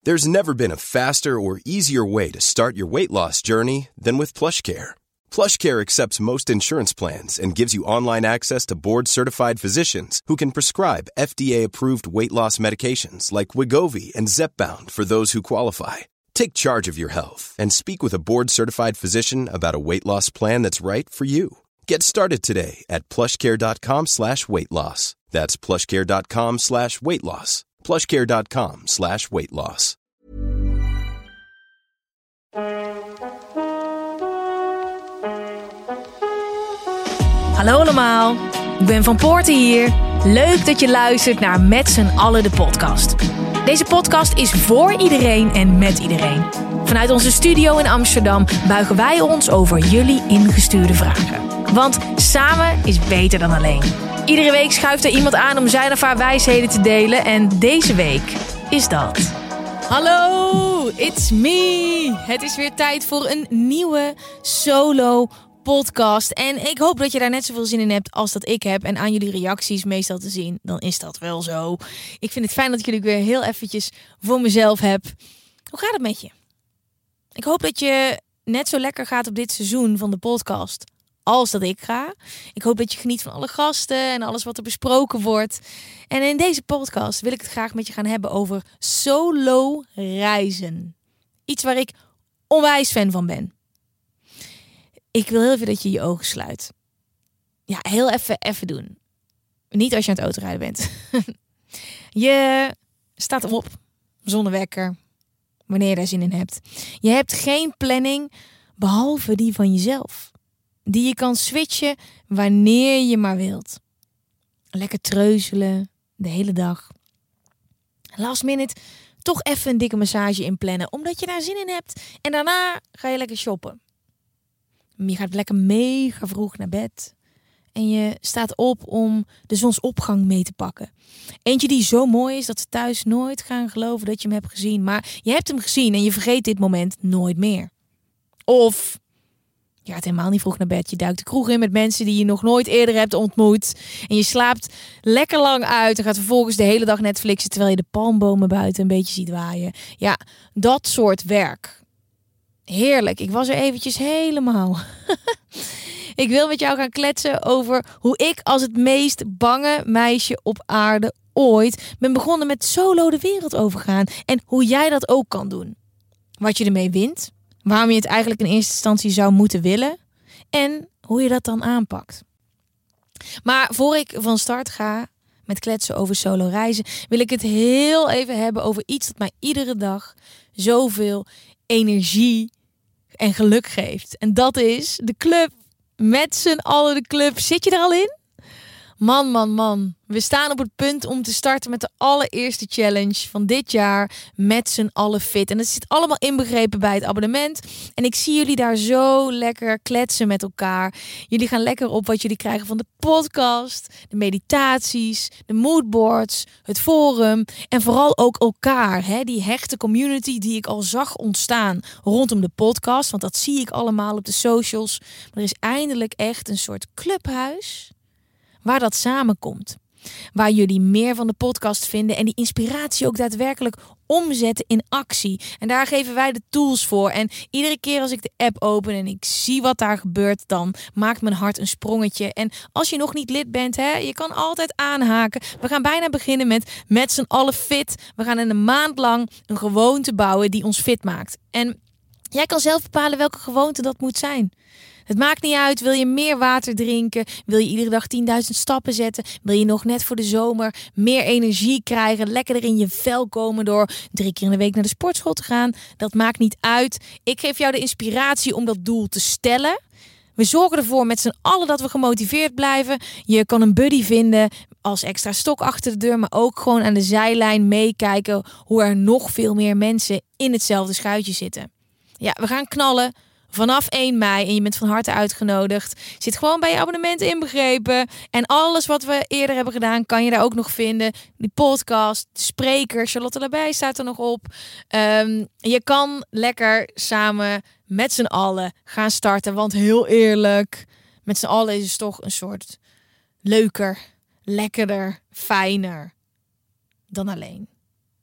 There's never been a faster or easier way to start your weight loss journey than with PlushCare. PlushCare accepts most insurance plans and gives you online access to board-certified physicians who can prescribe FDA-approved weight loss medications like Wegovy and Zepbound for those who qualify. Take charge of your health and speak with a board-certified physician about a weight loss plan that's right for you. Get started today at plushcare.com/weightloss. That's plushcare.com/weightloss. plushcare.com/weightloss. Hallo allemaal, ik ben Van Poorten hier. Leuk dat je luistert naar Met z'n allen de podcast. Deze podcast is voor iedereen en met iedereen. Vanuit onze studio in Amsterdam buigen wij ons over jullie ingestuurde vragen. Want samen is beter dan alleen. Iedere week schuift er iemand aan om zijn of haar wijsheden te delen. En deze week is dat. Hallo, it's me. Het is weer tijd voor een nieuwe solo podcast. En ik hoop dat je daar net zoveel zin in hebt als dat ik heb. En aan jullie reacties meestal te zien, dan is dat wel zo. Ik vind het fijn dat ik jullie weer heel eventjes voor mezelf heb. Hoe gaat het met je? Ik hoop dat je net zo lekker gaat op dit seizoen van de podcast als dat ik ga. Ik hoop dat je geniet van alle gasten en alles wat er besproken wordt. En in deze podcast wil ik het graag met je gaan hebben over solo reizen. Iets waar ik onwijs fan van ben. Ik wil heel even dat je je ogen sluit. Ja, heel even doen. Niet als je aan het autorijden bent. Je staat op zonder wekker. Wanneer je daar zin in hebt. Je hebt geen planning behalve die van jezelf. Die je kan switchen wanneer je maar wilt. Lekker treuzelen de hele dag. Last minute toch even een dikke massage inplannen. Omdat je daar zin in hebt. En daarna ga je lekker shoppen. Je gaat lekker mega vroeg naar bed. En je staat op om de zonsopgang mee te pakken. Eentje die zo mooi is dat ze thuis nooit gaan geloven dat je hem hebt gezien. Maar je hebt hem gezien en je vergeet dit moment nooit meer. Of je gaat helemaal niet vroeg naar bed. Je duikt de kroeg in met mensen die je nog nooit eerder hebt ontmoet. En je slaapt lekker lang uit en gaat vervolgens de hele dag Netflixen terwijl je de palmbomen buiten een beetje ziet waaien. Ja, dat soort werk. Heerlijk, ik was er eventjes helemaal. Ik wil met jou gaan kletsen over hoe ik als het meest bange meisje op aarde ooit ben begonnen met solo de wereld overgaan. En hoe jij dat ook kan doen. Wat je ermee wint. Waarom je het eigenlijk in eerste instantie zou moeten willen. En hoe je dat dan aanpakt. Maar voor ik van start ga met kletsen over solo reizen, wil ik het heel even hebben over iets dat mij iedere dag zoveel energie en geluk geeft. En dat is de club. Met z'n allen de club. Zit je er al in? Man. We staan op het punt om te starten met de allereerste challenge van dit jaar. Met z'n allen fit. En dat zit allemaal inbegrepen bij het abonnement. En ik zie jullie daar zo lekker kletsen met elkaar. Jullie gaan lekker op wat jullie krijgen van de podcast, de meditaties, de moodboards, het forum. En vooral ook elkaar. Hè? Die hechte community die ik al zag ontstaan rondom de podcast. Want dat zie ik allemaal op de socials. Maar er is eindelijk echt een soort clubhuis waar dat samenkomt. Waar jullie meer van de podcast vinden en die inspiratie ook daadwerkelijk omzetten in actie. En daar geven wij de tools voor. En iedere keer als ik de app open en ik zie wat daar gebeurt, dan maakt mijn hart een sprongetje. En als je nog niet lid bent, je kan altijd aanhaken. We gaan bijna beginnen met z'n allen fit. We gaan in een maand lang een gewoonte bouwen die ons fit maakt. En jij kan zelf bepalen welke gewoonte dat moet zijn. Het maakt niet uit, wil je meer water drinken? Wil je iedere dag 10.000 stappen zetten? Wil je nog net voor de zomer meer energie krijgen? Lekkerder in je vel komen door 3 keer in de week naar de sportschool te gaan? Dat maakt niet uit. Ik geef jou de inspiratie om dat doel te stellen. We zorgen ervoor met z'n allen dat we gemotiveerd blijven. Je kan een buddy vinden als extra stok achter de deur, maar ook gewoon aan de zijlijn meekijken hoe er nog veel meer mensen in hetzelfde schuitje zitten. Ja, we gaan knallen. Vanaf 1 mei en je bent van harte uitgenodigd. Zit gewoon bij je abonnement inbegrepen. En alles wat we eerder hebben gedaan kan je daar ook nog vinden. Die podcast, de spreker, Charlotte daarbij staat er nog op. Je kan lekker samen met z'n allen gaan starten. Want heel eerlijk, met z'n allen is het toch een soort leuker, lekkerder, fijner dan alleen.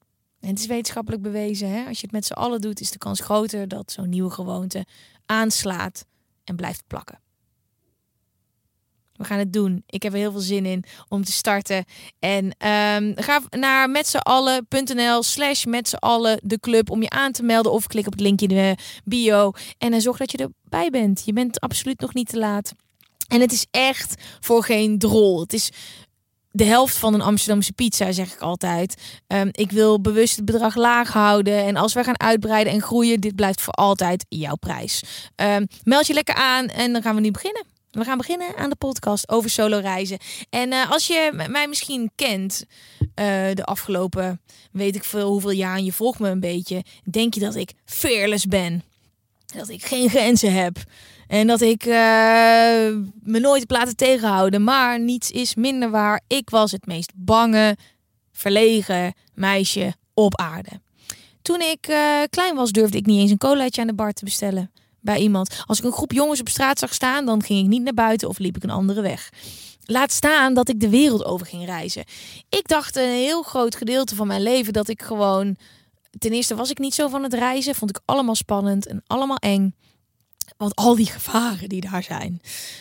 En het is wetenschappelijk bewezen. Hè? Als je het met z'n allen doet, is de kans groter dat zo'n nieuwe gewoonte aanslaat en blijft plakken. We gaan het doen. Ik heb er heel veel zin in om te starten. En ga naar metzallen.nl/metzallen de club om je aan te melden. Of klik op het linkje in de bio. En zorg dat je erbij bent. Je bent absoluut nog niet te laat. En het is echt voor geen drol. Het is de helft van een Amsterdamse pizza, zeg ik altijd. Ik wil bewust het bedrag laag houden. En als wij gaan uitbreiden en groeien, dit blijft voor altijd jouw prijs. Meld je lekker aan en dan gaan we nu beginnen. We gaan beginnen aan de podcast over solo reizen. En als je mij misschien kent, de afgelopen weet ik veel hoeveel jaar en je volgt me een beetje, denk je dat ik fearless ben. Dat ik geen grenzen heb. En dat ik me nooit heb laten tegenhouden. Maar niets is minder waar. Ik was het meest bange, verlegen meisje op aarde. Toen ik klein was, durfde ik niet eens een colaatje aan de bar te bestellen bij iemand. Als ik een groep jongens op straat zag staan, dan ging ik niet naar buiten of liep ik een andere weg. Laat staan dat ik de wereld over ging reizen. Ik dacht een heel groot gedeelte van mijn leven dat ik gewoon... Ten eerste was ik niet zo van het reizen. Vond ik allemaal spannend en allemaal eng. Want al die gevaren die daar zijn.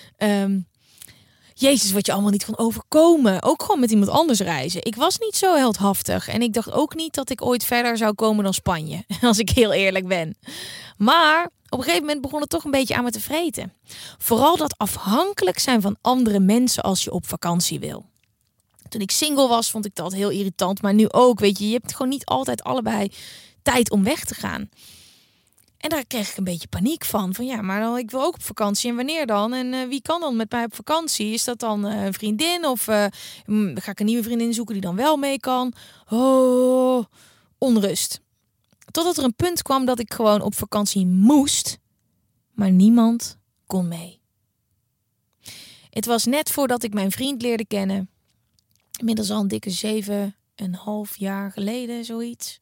Jezus, wat je allemaal niet kan overkomen. Ook gewoon met iemand anders reizen. Ik was niet zo heldhaftig. En ik dacht ook niet dat ik ooit verder zou komen dan Spanje. Als ik heel eerlijk ben. Maar op een gegeven moment begon het toch een beetje aan me te vreten. Vooral dat afhankelijk zijn van andere mensen als je op vakantie wil. Toen ik single was, vond ik dat heel irritant. Maar nu ook, weet je hebt gewoon niet altijd allebei tijd om weg te gaan. En daar kreeg ik een beetje paniek van. Van ja, maar dan, ik wil ook op vakantie. En wanneer dan? En wie kan dan met mij op vakantie? Is dat dan een vriendin? Of ga ik een nieuwe vriendin zoeken die dan wel mee kan? Oh, onrust. Totdat er een punt kwam dat ik gewoon op vakantie moest. Maar niemand kon mee. Het was net voordat ik mijn vriend leerde kennen. Inmiddels al een dikke 7,5 jaar geleden, zoiets.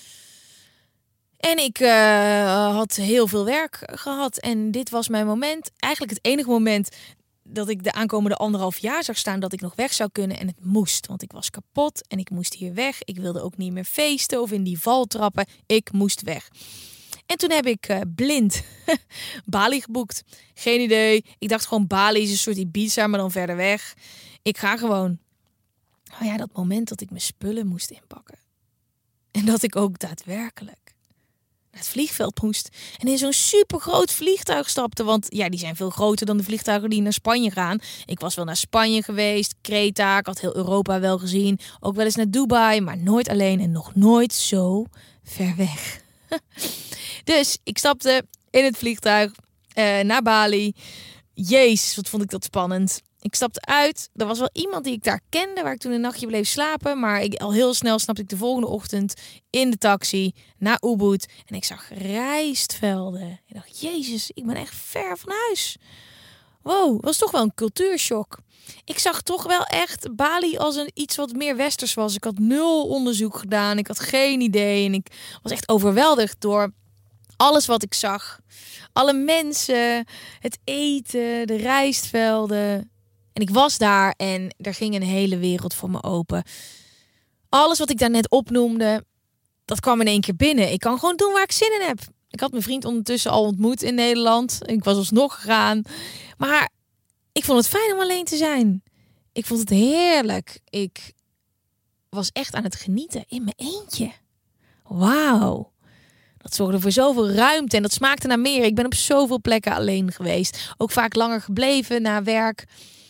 En ik had heel veel werk gehad. En dit was mijn moment. Eigenlijk het enige moment dat ik de aankomende 1,5 jaar zag staan dat ik nog weg zou kunnen. En het moest, want ik was kapot en ik moest hier weg. Ik wilde ook niet meer feesten of in die val trappen. Ik moest weg. En toen heb ik blind Bali geboekt. Geen idee. Ik dacht gewoon Bali is een soort Ibiza, maar dan verder weg. Ik ga gewoon. Oh ja, dat moment dat ik mijn spullen moest inpakken. En dat ik ook daadwerkelijk naar het vliegveld moest. En in zo'n supergroot vliegtuig stapte. Want ja, die zijn veel groter dan de vliegtuigen die naar Spanje gaan. Ik was wel naar Spanje geweest, Kreta. Ik had heel Europa wel gezien. Ook wel eens naar Dubai, maar nooit alleen en nog nooit zo ver weg. Dus ik stapte in het vliegtuig naar Bali. Jezus, wat vond ik dat spannend. Ik stapte uit. Er was wel iemand die ik daar kende, waar ik toen een nachtje bleef slapen. Maar al heel snel snapte ik de volgende ochtend in de taxi naar Ubud. En ik zag rijstvelden. Ik dacht, Jezus, ik ben echt ver van huis. Wow, was toch wel een cultuurshock. Ik zag toch wel echt Bali als iets wat meer westers was. Ik had 0 onderzoek gedaan. Ik had geen idee. En ik was echt overweldigd door alles wat ik zag. Alle mensen, het eten, de rijstvelden. En ik was daar en er ging een hele wereld voor me open. Alles wat ik daar net opnoemde, dat kwam in één keer binnen. Ik kan gewoon doen waar ik zin in heb. Ik had mijn vriend ondertussen al ontmoet in Nederland. Ik was alsnog gegaan. Maar ik vond het fijn om alleen te zijn. Ik vond het heerlijk. Ik was echt aan het genieten in mijn eentje. Wauw. Dat zorgde voor zoveel ruimte en dat smaakte naar meer. Ik ben op zoveel plekken alleen geweest. Ook vaak langer gebleven na werk.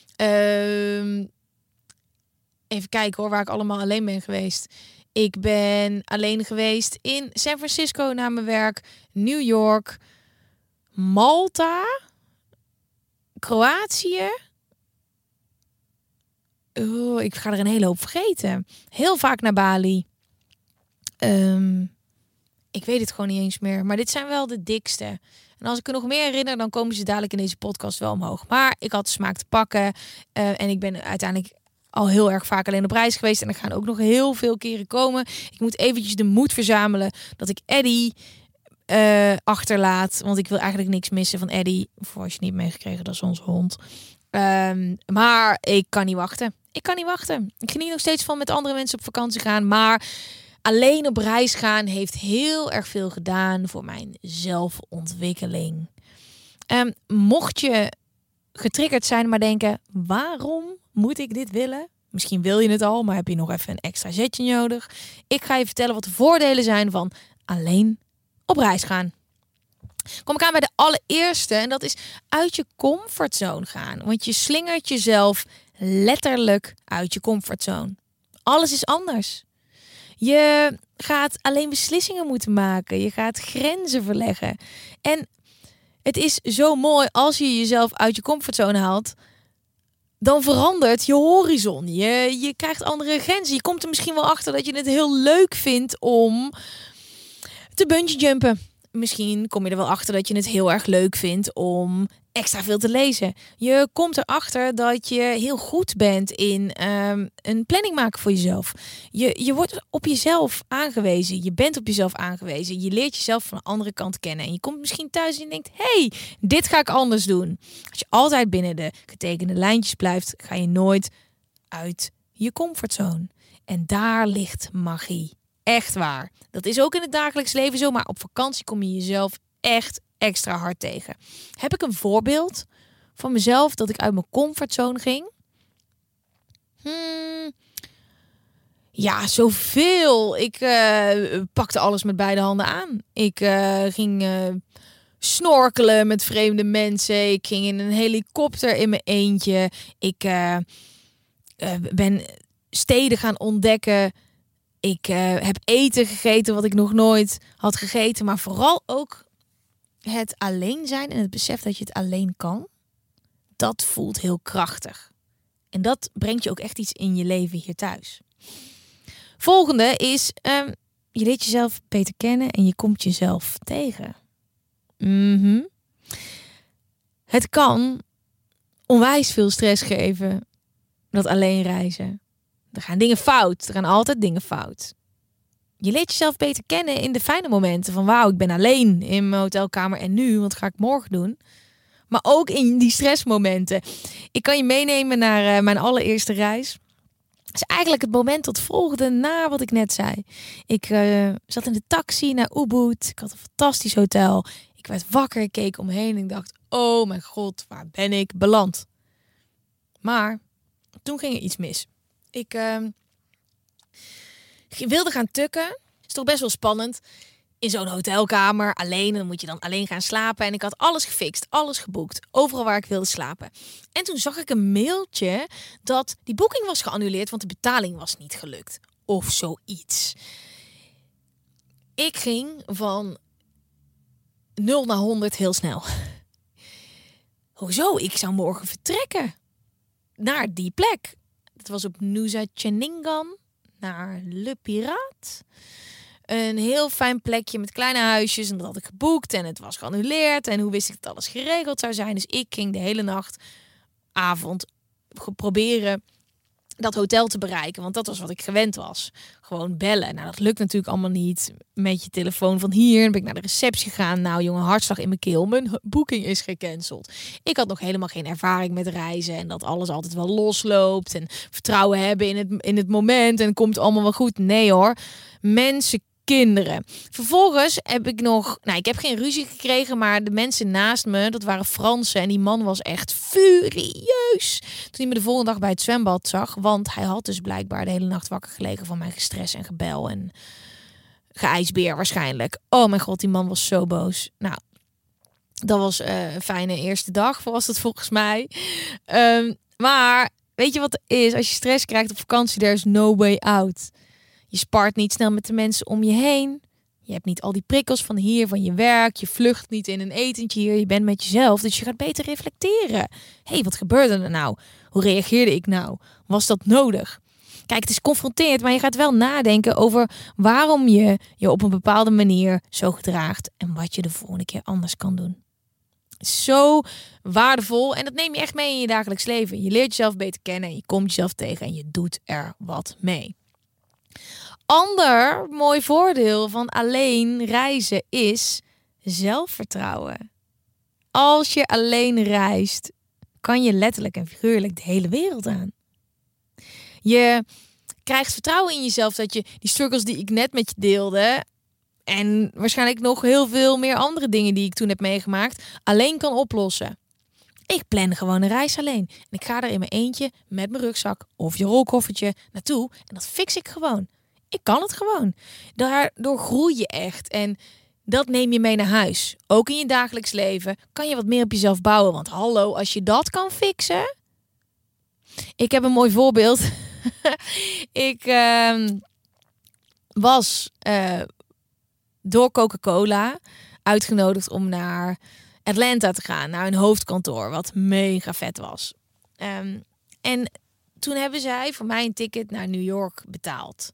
Even kijken hoor, waar ik allemaal alleen ben geweest. Ik ben alleen geweest in San Francisco na mijn werk. New York. Malta. Kroatië. Oh, ik ga er een hele hoop vergeten. Heel vaak naar Bali. Ik weet het gewoon niet eens meer. Maar dit zijn wel de dikste. En als ik er nog meer herinner, dan komen ze dadelijk in deze podcast wel omhoog. Maar ik had de smaak te pakken. En ik ben uiteindelijk al heel erg vaak alleen op reis geweest. En er gaan ook nog heel veel keren komen. Ik moet eventjes de moed verzamelen dat ik Eddie achterlaat. Want ik wil eigenlijk niks missen van Eddie. Voor als je niet meegekregen, dat is onze hond. Maar ik kan niet wachten. Ik kan niet wachten. Ik geniet nog steeds van met andere mensen op vakantie gaan. Maar alleen op reis gaan heeft heel erg veel gedaan voor mijn zelfontwikkeling. Mocht je getriggerd zijn, maar denken, waarom moet ik dit willen? Misschien wil je het al, maar heb je nog even een extra zetje nodig. Ik ga je vertellen wat de voordelen zijn van alleen op reis gaan. Kom ik aan bij de allereerste en dat is uit je comfortzone gaan. Want je slingert jezelf letterlijk uit je comfortzone. Alles is anders. Je gaat alleen beslissingen moeten maken. Je gaat grenzen verleggen. En het is zo mooi als je jezelf uit je comfortzone haalt. Dan verandert je horizon. Je krijgt andere grenzen. Je komt er misschien wel achter dat je het heel leuk vindt om te bungee jumpen. Misschien kom je er wel achter dat je het heel erg leuk vindt om extra veel te lezen. Je komt erachter dat je heel goed bent in een planning maken voor jezelf. Je wordt op jezelf aangewezen. Je bent op jezelf aangewezen. Je leert jezelf van de andere kant kennen. En je komt misschien thuis en je denkt, hey, dit ga ik anders doen. Als je altijd binnen de getekende lijntjes blijft, ga je nooit uit je comfortzone. En daar ligt magie. Echt waar. Dat is ook in het dagelijks leven zo, maar op vakantie kom je jezelf echt extra hard tegen. Heb ik een voorbeeld van mezelf dat ik uit mijn comfortzone ging? Ja, zoveel. Ik pakte alles met beide handen aan. Ik ging snorkelen met vreemde mensen. Ik ging in een helikopter in mijn eentje. Ik ben steden gaan ontdekken. Ik heb eten gegeten wat ik nog nooit had gegeten. Maar vooral ook het alleen zijn en het besef dat je het alleen kan. Dat voelt heel krachtig. En dat brengt je ook echt iets in je leven hier thuis. Volgende is, je leert jezelf beter kennen en je komt jezelf tegen. Het kan onwijs veel stress geven, dat alleen reizen. Er gaan dingen fout. Er gaan altijd dingen fout. Je leert jezelf beter kennen in de fijne momenten. Van wauw, ik ben alleen in mijn hotelkamer en nu, wat ga ik morgen doen? Maar ook in die stressmomenten. Ik kan je meenemen naar mijn allereerste reis. Het is eigenlijk het moment dat volgde na wat ik net zei. Ik zat in de taxi naar Ubud. Ik had een fantastisch hotel. Ik werd wakker, ik keek omheen en ik dacht, oh mijn god, waar ben ik beland? Maar toen ging er iets mis. Ik wilde gaan tukken. Is toch best wel spannend. In zo'n hotelkamer, alleen. En dan moet je dan alleen gaan slapen. En ik had alles gefixt, alles geboekt. Overal waar ik wilde slapen. En toen zag ik een mailtje dat die boeking was geannuleerd, want de betaling was niet gelukt. Of zoiets. Ik ging van 0 naar 100 heel snel. Hoezo? Ik zou morgen vertrekken. Naar die plek. Het was op Nusa Ceningan. Naar Le Pirate. Een heel fijn plekje met kleine huisjes. En dat had ik geboekt. En het was geannuleerd. En hoe wist ik dat alles geregeld zou zijn? Dus ik ging de hele avond proberen dat hotel te bereiken. Want dat was wat ik gewend was. Gewoon bellen. Nou, dat lukt natuurlijk allemaal niet. Met je telefoon van hier. Dan ben ik naar de receptie gegaan. Nou jongen, hartslag in mijn keel. Mijn boeking is gecanceld. Ik had nog helemaal geen ervaring met reizen. En dat alles altijd wel losloopt. En vertrouwen hebben in het moment. En komt allemaal wel goed. Nee hoor. Mensen, kinderen. Vervolgens heb ik ik heb geen ruzie gekregen, maar de mensen naast me, dat waren Fransen en die man was echt furieus. Toen hij me de volgende dag bij het zwembad zag, want hij had dus blijkbaar de hele nacht wakker gelegen van mijn gestres en gebel en geijsbeer waarschijnlijk. Oh mijn god, die man was zo boos. Nou, dat was een fijne eerste dag, was het volgens mij. Maar weet je wat het is? Als je stress krijgt op vakantie, there's no way out. Je spart niet snel met de mensen om je heen. Je hebt niet al die prikkels van hier, van je werk. Je vlucht niet in een etentje hier. Je bent met jezelf. Dus je gaat beter reflecteren. Hé, wat gebeurde er nou? Hoe reageerde ik nou? Was dat nodig? Kijk, het is confronterend, maar je gaat wel nadenken over waarom je je op een bepaalde manier zo gedraagt. En wat je de volgende keer anders kan doen. Zo waardevol. En dat neem je echt mee in je dagelijks leven. Je leert jezelf beter kennen. En je komt jezelf tegen en je doet er wat mee. Ander mooi voordeel van alleen reizen is zelfvertrouwen. Als je alleen reist, kan je letterlijk en figuurlijk de hele wereld aan. Je krijgt vertrouwen in jezelf dat je die struggles die ik net met je deelde en waarschijnlijk nog heel veel meer andere dingen die ik toen heb meegemaakt alleen kan oplossen. Ik plan gewoon een reis alleen. En ik ga er in mijn eentje met mijn rugzak of je rolkoffertje naartoe. En dat fix ik gewoon. Ik kan het gewoon. Daardoor groei je echt. En dat neem je mee naar huis. Ook in je dagelijks leven kan je wat meer op jezelf bouwen. Want hallo, als je dat kan fixen. Ik heb een mooi voorbeeld. Ik was door Coca-Cola uitgenodigd om naar Atlanta te gaan. Naar een hoofdkantoor. Wat mega vet was. En toen hebben zij voor mij een ticket naar New York betaald.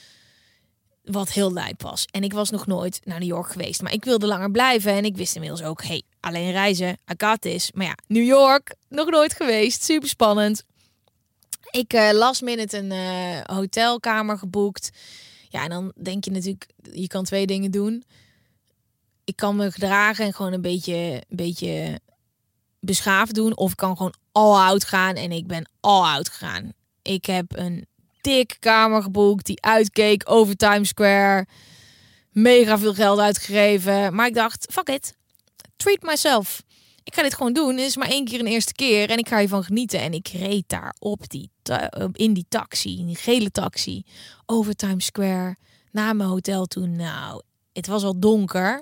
Wat heel lijp was. En ik was nog nooit naar New York geweest. Maar ik wilde langer blijven. En ik wist inmiddels ook, alleen reizen, I got this. Maar ja, New York, nog nooit geweest. Super spannend. Ik last minute een hotelkamer geboekt. Ja, en dan denk je natuurlijk, je kan 2 dingen doen. Ik kan me gedragen en gewoon een beetje beschaafd doen. Of ik kan gewoon all out gaan. En ik ben all out gegaan. Ik heb een dikke kamer geboekt die uitkeek over Times Square. Mega veel geld uitgegeven. Maar ik dacht, fuck it. Treat myself. Ik ga dit gewoon doen. Het is maar 1 keer een eerste keer. En ik ga hiervan genieten. En ik reed daar in die taxi. In die gele taxi. Over Times Square. Naar mijn hotel toe. Nou, het was al donker.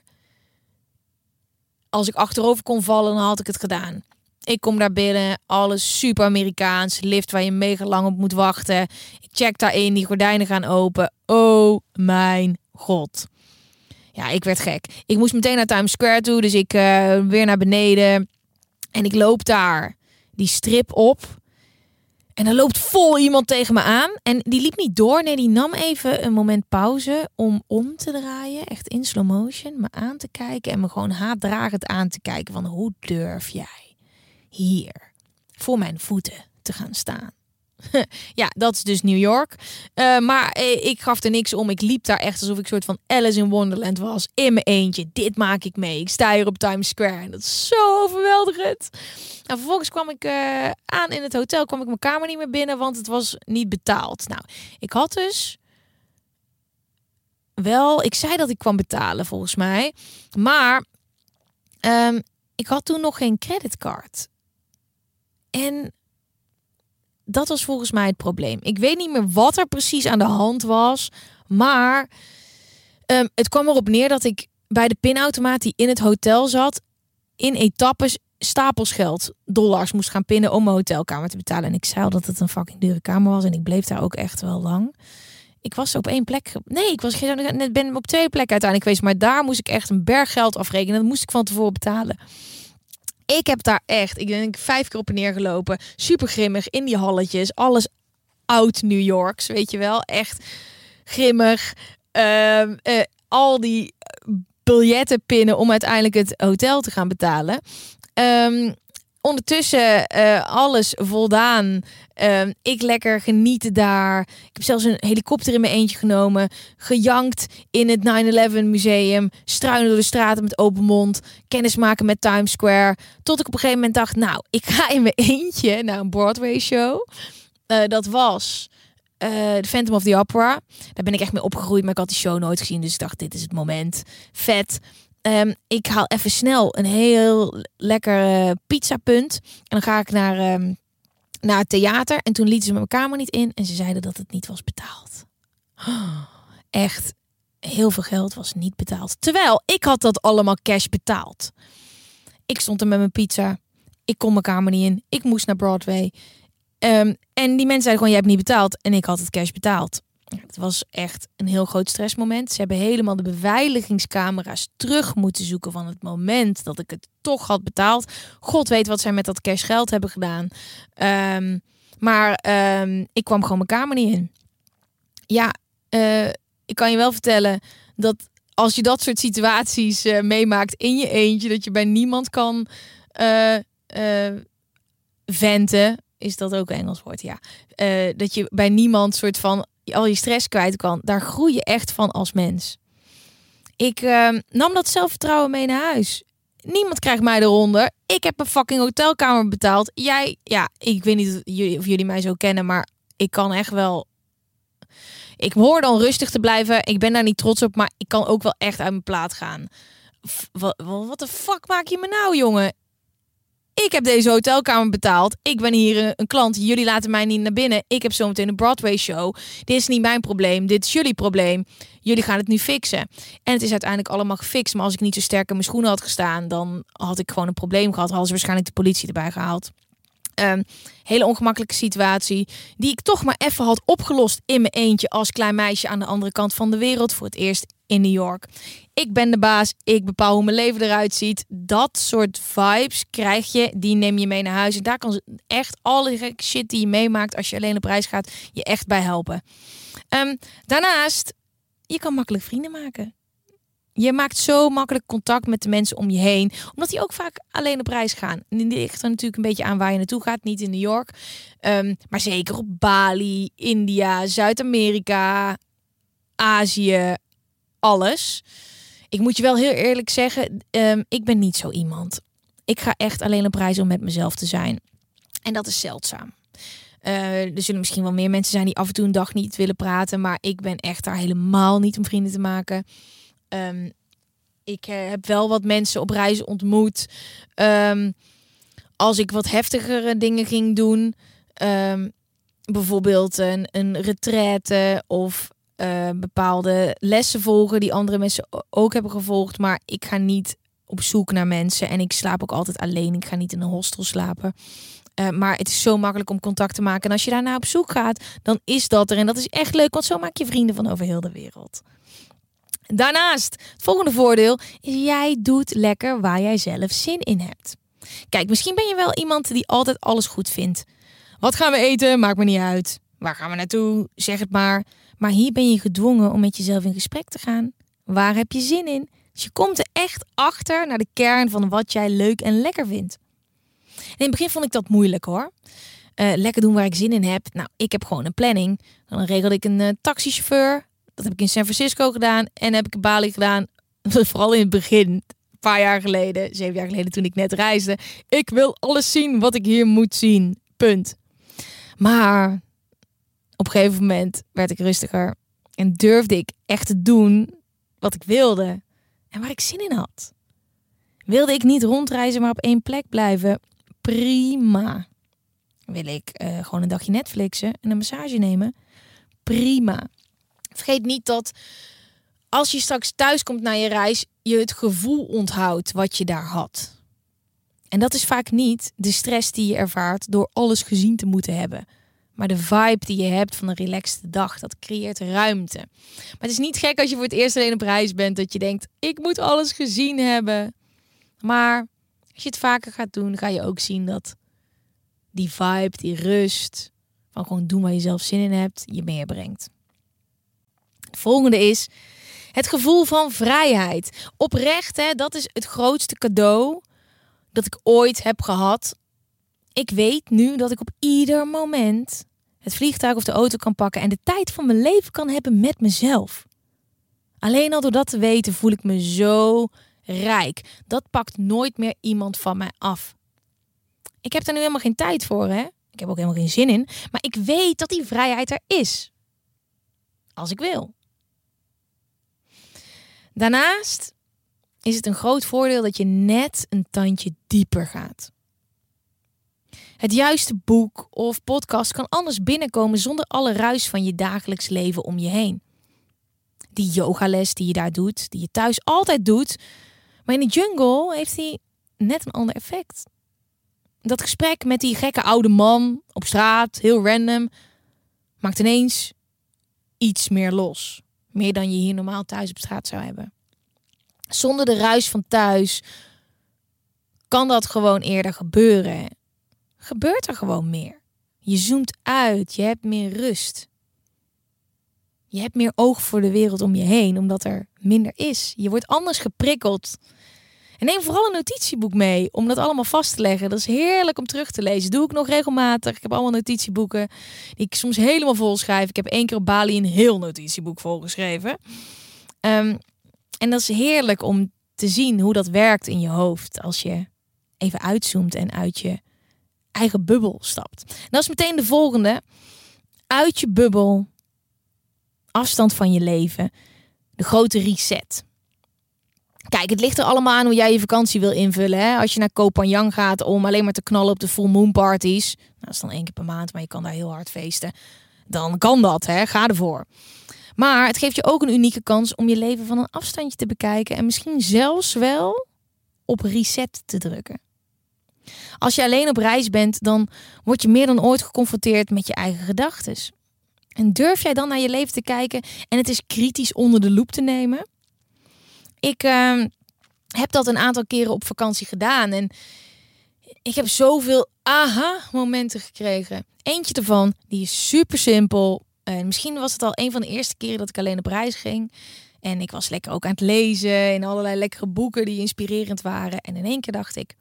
Als ik achterover kon vallen, dan had ik het gedaan. Ik kom daar binnen, alles super Amerikaans. Lift waar je mega lang op moet wachten. Ik check daarin, die gordijnen gaan open. Oh mijn god. Ja, ik werd gek. Ik moest meteen naar Times Square toe, dus ik weer naar beneden. En ik loop daar die strip op. En er loopt vol iemand tegen me aan. En die liep niet door. Nee, die nam even een moment pauze om te draaien. Echt in slow motion. Me aan te kijken. En me gewoon haatdragend aan te kijken. Van hoe durf jij hier voor mijn voeten te gaan staan? Ja, dat is dus New York. Maar ik gaf er niks om. Ik liep daar echt alsof ik een soort van Alice in Wonderland was. In mijn eentje. Dit maak ik mee. Ik sta hier op Times Square. En dat is zo overweldigend. Nou, vervolgens kwam ik aan in het hotel. Kwam ik mijn kamer niet meer binnen. Want het was niet betaald. Nou, ik had dus wel... Ik zei dat ik kwam betalen volgens mij. Maar ik had toen nog geen creditcard. En dat was volgens mij het probleem. Ik weet niet meer wat er precies aan de hand was. Maar het kwam erop neer dat ik bij de pinautomaat die in het hotel zat, in etappes stapels geld, dollars moest gaan pinnen om mijn hotelkamer te betalen. En ik zei al dat het een fucking dure kamer was. En ik bleef daar ook echt wel lang. Ik was op 1 plek. Nee, ik ben op 2 plekken uiteindelijk geweest. Maar daar moest ik echt een berg geld afrekenen. Dat moest ik van tevoren betalen. Ik heb daar echt, ik denk 5 keer op en neer gelopen. Super grimmig in die halletjes. Alles oud New Yorks, weet je wel. Echt grimmig. Al die biljetten pinnen om uiteindelijk het hotel te gaan betalen. Ondertussen alles voldaan. Ik lekker genieten daar. Ik heb zelfs een helikopter in mijn eentje genomen. Gejankt in het 9/11 museum. Struinen door de straten met open mond. Kennismaken met Times Square. Tot ik op een gegeven moment dacht, nou, ik ga in mijn eentje naar een Broadway show. Dat was The Phantom of the Opera. Daar ben ik echt mee opgegroeid, maar ik had die show nooit gezien. Dus ik dacht, dit is het moment. Vet. Ik haal even snel een heel lekker pizzapunt. En dan ga ik naar het theater. En toen lieten ze me mijn kamer niet in. En ze zeiden dat het niet was betaald. Echt, heel veel geld was niet betaald. Terwijl, ik had dat allemaal cash betaald. Ik stond er met mijn pizza. Ik kon mijn kamer niet in. Ik moest naar Broadway. En die mensen zeiden gewoon, jij hebt niet betaald. En ik had het cash betaald. Het was echt een heel groot stressmoment. Ze hebben helemaal de beveiligingscamera's terug moeten zoeken van het moment dat ik het toch had betaald. God weet wat zij met dat cash geld hebben gedaan. Maar ik kwam gewoon mijn kamer niet in. Ja, ik kan je wel vertellen dat als je dat soort situaties meemaakt in je eentje, dat je bij niemand kan venten. Is dat ook een Engels woord? Ja. Dat je bij niemand soort van al je stress kwijt kan. Daar groei je echt van als mens. Ik nam dat zelfvertrouwen mee naar huis. Niemand krijgt mij eronder. Ik heb een fucking hotelkamer betaald. Jij, ja, ik weet niet of jullie mij zo kennen, maar ik kan echt wel Ik hoor dan rustig te blijven. Ik ben daar niet trots op, maar ik kan ook wel echt uit mijn plaat gaan. Wat de fuck maak je me nou, jongen? Ik heb deze hotelkamer betaald. Ik ben hier een klant. Jullie laten mij niet naar binnen. Ik heb zometeen een Broadway show. Dit is niet mijn probleem. Dit is jullie probleem. Jullie gaan het nu fixen. En het is uiteindelijk allemaal gefixt. Maar als ik niet zo sterk in mijn schoenen had gestaan, dan had ik gewoon een probleem gehad. Hadden ze waarschijnlijk de politie erbij gehaald. Hele ongemakkelijke situatie die ik toch maar even had opgelost in mijn eentje als klein meisje aan de andere kant van de wereld voor het eerst in New York. Ik ben de baas, ik bepaal hoe mijn leven eruit ziet. Dat soort vibes krijg je, die neem je mee naar huis. En daar kan echt alle gekke shit die je meemaakt als je alleen op reis gaat, je echt bij helpen. Daarnaast, je kan makkelijk vrienden maken. Je maakt zo makkelijk contact met de mensen om je heen. Omdat die ook vaak alleen op reis gaan. En die ligt er natuurlijk een beetje aan waar je naartoe gaat. Niet in New York. Maar zeker op Bali, India, Zuid-Amerika, Azië. Alles. Ik moet je wel heel eerlijk zeggen. Ik ben niet zo iemand. Ik ga echt alleen op reis om met mezelf te zijn. En dat is zeldzaam. Er zullen misschien wel meer mensen zijn die af en toe een dag niet willen praten. Maar ik ben echt daar helemaal niet om vrienden te maken. Ik heb wel wat mensen op reis ontmoet. Als ik wat heftigere dingen ging doen. Bijvoorbeeld een retraite of bepaalde lessen volgen die andere mensen ook hebben gevolgd. Maar ik ga niet op zoek naar mensen. En ik slaap ook altijd alleen. Ik ga niet in een hostel slapen. Maar het is zo makkelijk om contact te maken. En als je daarna op zoek gaat, dan is dat er. En dat is echt leuk, want zo maak je vrienden van over heel de wereld. Daarnaast, het volgende voordeel is jij doet lekker waar jij zelf zin in hebt. Kijk, misschien ben je wel iemand die altijd alles goed vindt. Wat gaan we eten? Maakt me niet uit. Waar gaan we naartoe? Zeg het maar. Maar hier ben je gedwongen om met jezelf in gesprek te gaan. Waar heb je zin in? Dus je komt er echt achter naar de kern van wat jij leuk en lekker vindt. En in het begin vond ik dat moeilijk hoor. Lekker doen waar ik zin in heb. Nou, ik heb gewoon een planning. Dan regelde ik een taxichauffeur. Dat heb ik in San Francisco gedaan en heb ik in Bali gedaan. Vooral in het begin, een paar jaar geleden, 7 jaar geleden toen ik net reisde. Ik wil alles zien wat ik hier moet zien. Punt. Maar op een gegeven moment werd ik rustiger en durfde ik echt te doen wat ik wilde en waar ik zin in had. Wilde ik niet rondreizen, maar op één plek blijven? Prima. Wil ik gewoon een dagje Netflixen en een massage nemen? Prima. Vergeet niet dat als je straks thuis komt na je reis, je het gevoel onthoudt wat je daar had. En dat is vaak niet de stress die je ervaart door alles gezien te moeten hebben. Maar de vibe die je hebt van een relaxte dag, dat creëert ruimte. Maar het is niet gek als je voor het eerst alleen op reis bent dat je denkt, ik moet alles gezien hebben. Maar als je het vaker gaat doen, ga je ook zien dat die vibe, die rust, van gewoon doen waar je zelf zin in hebt, je meebrengt. Het volgende is het gevoel van vrijheid. Oprecht, hè, dat is het grootste cadeau dat ik ooit heb gehad. Ik weet nu dat ik op ieder moment het vliegtuig of de auto kan pakken en de tijd van mijn leven kan hebben met mezelf. Alleen al door dat te weten voel ik me zo rijk. Dat pakt nooit meer iemand van mij af. Ik heb daar nu helemaal geen tijd voor, hè? Ik heb ook helemaal geen zin in. Maar ik weet dat die vrijheid er is. Als ik wil. Daarnaast is het een groot voordeel dat je net een tandje dieper gaat. Het juiste boek of podcast kan anders binnenkomen zonder alle ruis van je dagelijks leven om je heen. Die yogales die je daar doet, die je thuis altijd doet, maar in de jungle heeft die net een ander effect. Dat gesprek met die gekke oude man op straat, heel random, maakt ineens iets meer los. Meer dan je hier normaal thuis op straat zou hebben. Zonder de ruis van thuis kan dat gewoon eerder gebeuren. Gebeurt er gewoon meer. Je zoomt uit, je hebt meer rust. Je hebt meer oog voor de wereld om je heen, omdat er minder is. Je wordt anders geprikkeld. En neem vooral een notitieboek mee, om dat allemaal vast te leggen. Dat is heerlijk om terug te lezen. Doe ik nog regelmatig. Ik heb allemaal notitieboeken die ik soms helemaal vol schrijf. Ik heb 1 keer op Bali een heel notitieboek volgeschreven. En dat is heerlijk om te zien hoe dat werkt in je hoofd. Als je even uitzoomt en uit je eigen bubbel stapt. En dat is meteen de volgende. Uit je bubbel. afstand van je leven. De grote reset. Kijk, het ligt er allemaal aan hoe jij je vakantie wil invullen. Hè? Als je naar Koh Phangan gaat om alleen maar te knallen op de full moon parties. Nou, dat is dan 1 keer per maand, maar je kan daar heel hard feesten. Dan kan dat, hè? Ga ervoor. Maar het geeft je ook een unieke kans om je leven van een afstandje te bekijken. En misschien zelfs wel op reset te drukken. Als je alleen op reis bent, dan word je meer dan ooit geconfronteerd met je eigen gedachten. En durf jij dan naar je leven te kijken en het is kritisch onder de loep te nemen? Ik heb dat een aantal keren op vakantie gedaan. En ik heb zoveel aha-momenten gekregen. Eentje ervan, die is super simpel. En misschien was het al een van de eerste keren dat ik alleen op reis ging. En ik was lekker ook aan het lezen in allerlei lekkere boeken die inspirerend waren. En in één keer dacht ik,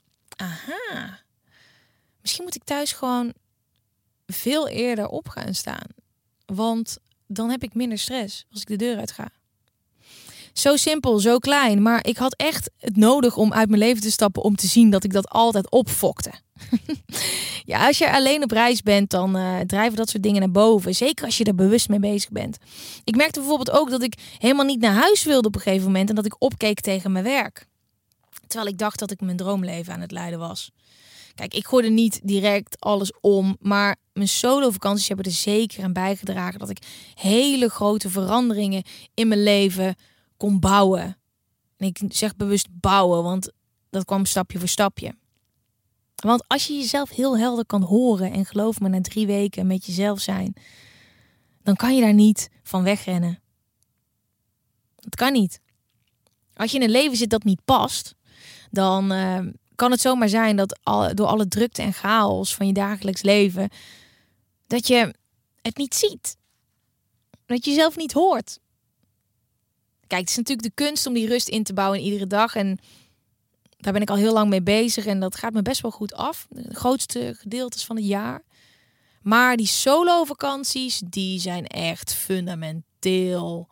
misschien moet ik thuis gewoon veel eerder op gaan staan. Want dan heb ik minder stress als ik de deur uit ga. Zo simpel, zo klein. Maar ik had echt het nodig om uit mijn leven te stappen om te zien dat ik dat altijd opfokte. Ja, als je alleen op reis bent, dan drijven dat soort dingen naar boven. Zeker als je er bewust mee bezig bent. Ik merkte bijvoorbeeld ook dat ik helemaal niet naar huis wilde op een gegeven moment. En dat ik opkeek tegen mijn werk. Terwijl ik dacht dat ik mijn droomleven aan het leiden was. Kijk, ik gooide niet direct alles om. Maar mijn solo-vakanties hebben er zeker aan bijgedragen dat ik hele grote veranderingen in mijn leven kon bouwen. En ik zeg bewust bouwen, want dat kwam stapje voor stapje. Want als je jezelf heel helder kan horen, en geloof me, na 3 weken met jezelf zijn, dan kan je daar niet van wegrennen. Dat kan niet. Als je in een leven zit dat niet past, dan kan het zomaar zijn dat door alle drukte en chaos van je dagelijks leven, dat je het niet ziet. Dat je jezelf niet hoort. Kijk, het is natuurlijk de kunst om die rust in te bouwen iedere dag. En daar ben ik al heel lang mee bezig. En dat gaat me best wel goed af. De grootste gedeeltes van het jaar. Maar die solo-vakanties, die zijn echt fundamenteel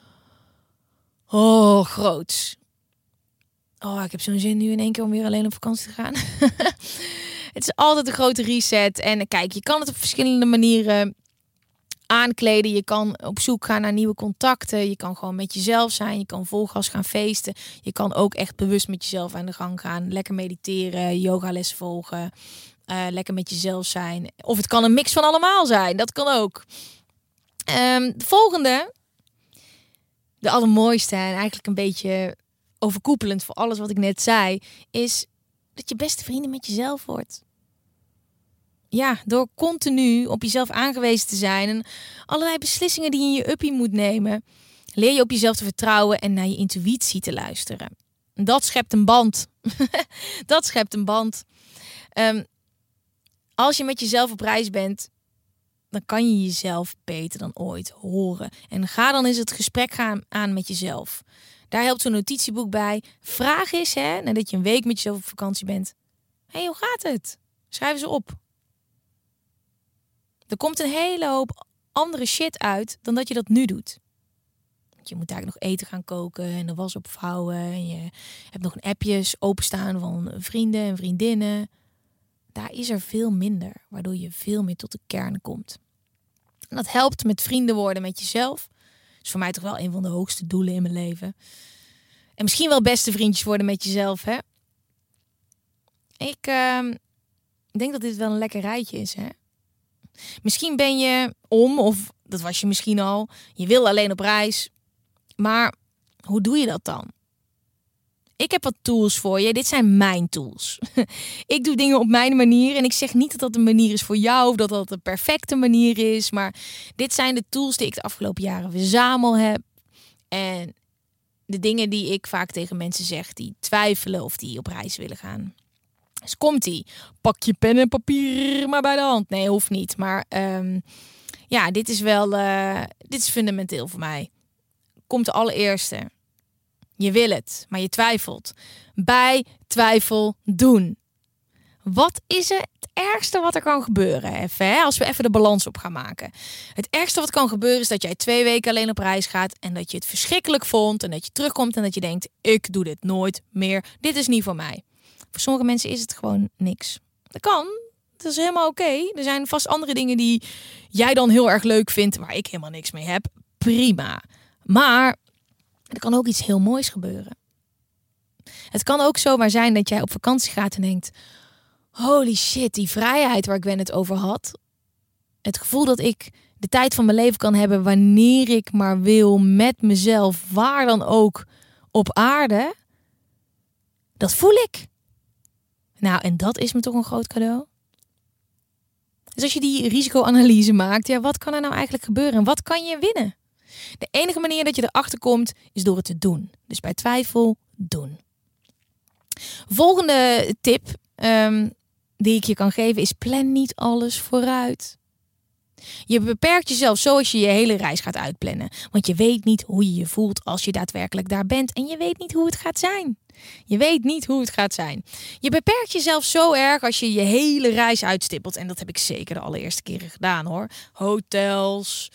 groots. Ik heb zo'n zin nu in één keer om weer alleen op vakantie te gaan. Het is altijd een grote reset. En kijk, je kan het op verschillende manieren aankleden. Je kan op zoek gaan naar nieuwe contacten. Je kan gewoon met jezelf zijn. Je kan vol gas gaan feesten. Je kan ook echt bewust met jezelf aan de gang gaan. Lekker mediteren, yogalessen volgen. Lekker met jezelf zijn. Of het kan een mix van allemaal zijn. Dat kan ook. De volgende. De allermooiste en eigenlijk een beetje overkoepelend voor alles wat ik net zei, is dat je beste vrienden met jezelf wordt. Ja, door continu op jezelf aangewezen te zijn en allerlei beslissingen die je in je uppie moet nemen, leer je op jezelf te vertrouwen en naar je intuïtie te luisteren. Dat schept een band. Dat schept een band. Als je met jezelf op reis bent, dan kan je jezelf beter dan ooit horen. En ga dan eens het gesprek aan met jezelf. Daar helpt zo'n notitieboek bij. Vraag eens, nadat je een week met jezelf op vakantie bent. Hey, hoe gaat het? Schrijf ze op. Er komt een hele hoop andere shit uit dan dat je dat nu doet. Je moet daar nog eten gaan koken en de was opvouwen. En je hebt nog een appjes openstaan van vrienden en vriendinnen. Daar is er veel minder, waardoor je veel meer tot de kern komt. En dat helpt met vrienden worden met jezelf. Dat is voor mij toch wel een van de hoogste doelen in mijn leven. En misschien wel beste vriendjes worden met jezelf, hè? Ik denk dat dit wel een lekker rijtje is, hè? Misschien ben je of dat was je misschien al, je wil alleen op reis. Maar hoe doe je dat dan? Ik heb wat tools voor je. Dit zijn mijn tools. Ik doe dingen op mijn manier. En ik zeg niet dat dat een manier is voor jou of dat dat een perfecte manier is. Maar dit zijn de tools die ik de afgelopen jaren verzameld heb. En de dingen die ik vaak tegen mensen zeg die twijfelen of die op reis willen gaan. Dus komt-ie. Pak je pen en papier maar bij de hand. Nee, hoeft niet. Maar dit is wel dit is fundamenteel voor mij. Komt de allereerste. Je wil het, maar je twijfelt. Bij twijfel doen. Wat is het ergste wat er kan gebeuren? Als we even de balans op gaan maken. Het ergste wat kan gebeuren is dat jij 2 weken alleen op reis gaat en dat je het verschrikkelijk vond en dat je terugkomt en dat je denkt, ik doe dit nooit meer. Dit is niet voor mij. Voor sommige mensen is het gewoon niks. Dat kan. Dat is helemaal oké. Er zijn vast andere dingen die jij dan heel erg leuk vindt, waar ik helemaal niks mee heb. prima. Maar er kan ook iets heel moois gebeuren. Het kan ook zomaar zijn dat jij op vakantie gaat en denkt, holy shit, die vrijheid waar ik het over had. Het gevoel dat ik de tijd van mijn leven kan hebben wanneer ik maar wil, met mezelf, waar dan ook op aarde. Dat voel ik. Nou, en dat is me toch een groot cadeau. Dus als je die risicoanalyse maakt, ja, wat kan er nou eigenlijk gebeuren? En wat kan je winnen? De enige manier dat je erachter komt, is door het te doen. Dus bij twijfel, doen. Volgende tip die ik je kan geven is, plan niet alles vooruit. Je beperkt jezelf zoals je je hele reis gaat uitplannen. Want je weet niet hoe je je voelt als je daadwerkelijk daar bent. En je weet niet hoe het gaat zijn. Je beperkt jezelf zo erg als je je hele reis uitstippelt. En dat heb ik zeker de allereerste keren gedaan hoor. Hotels,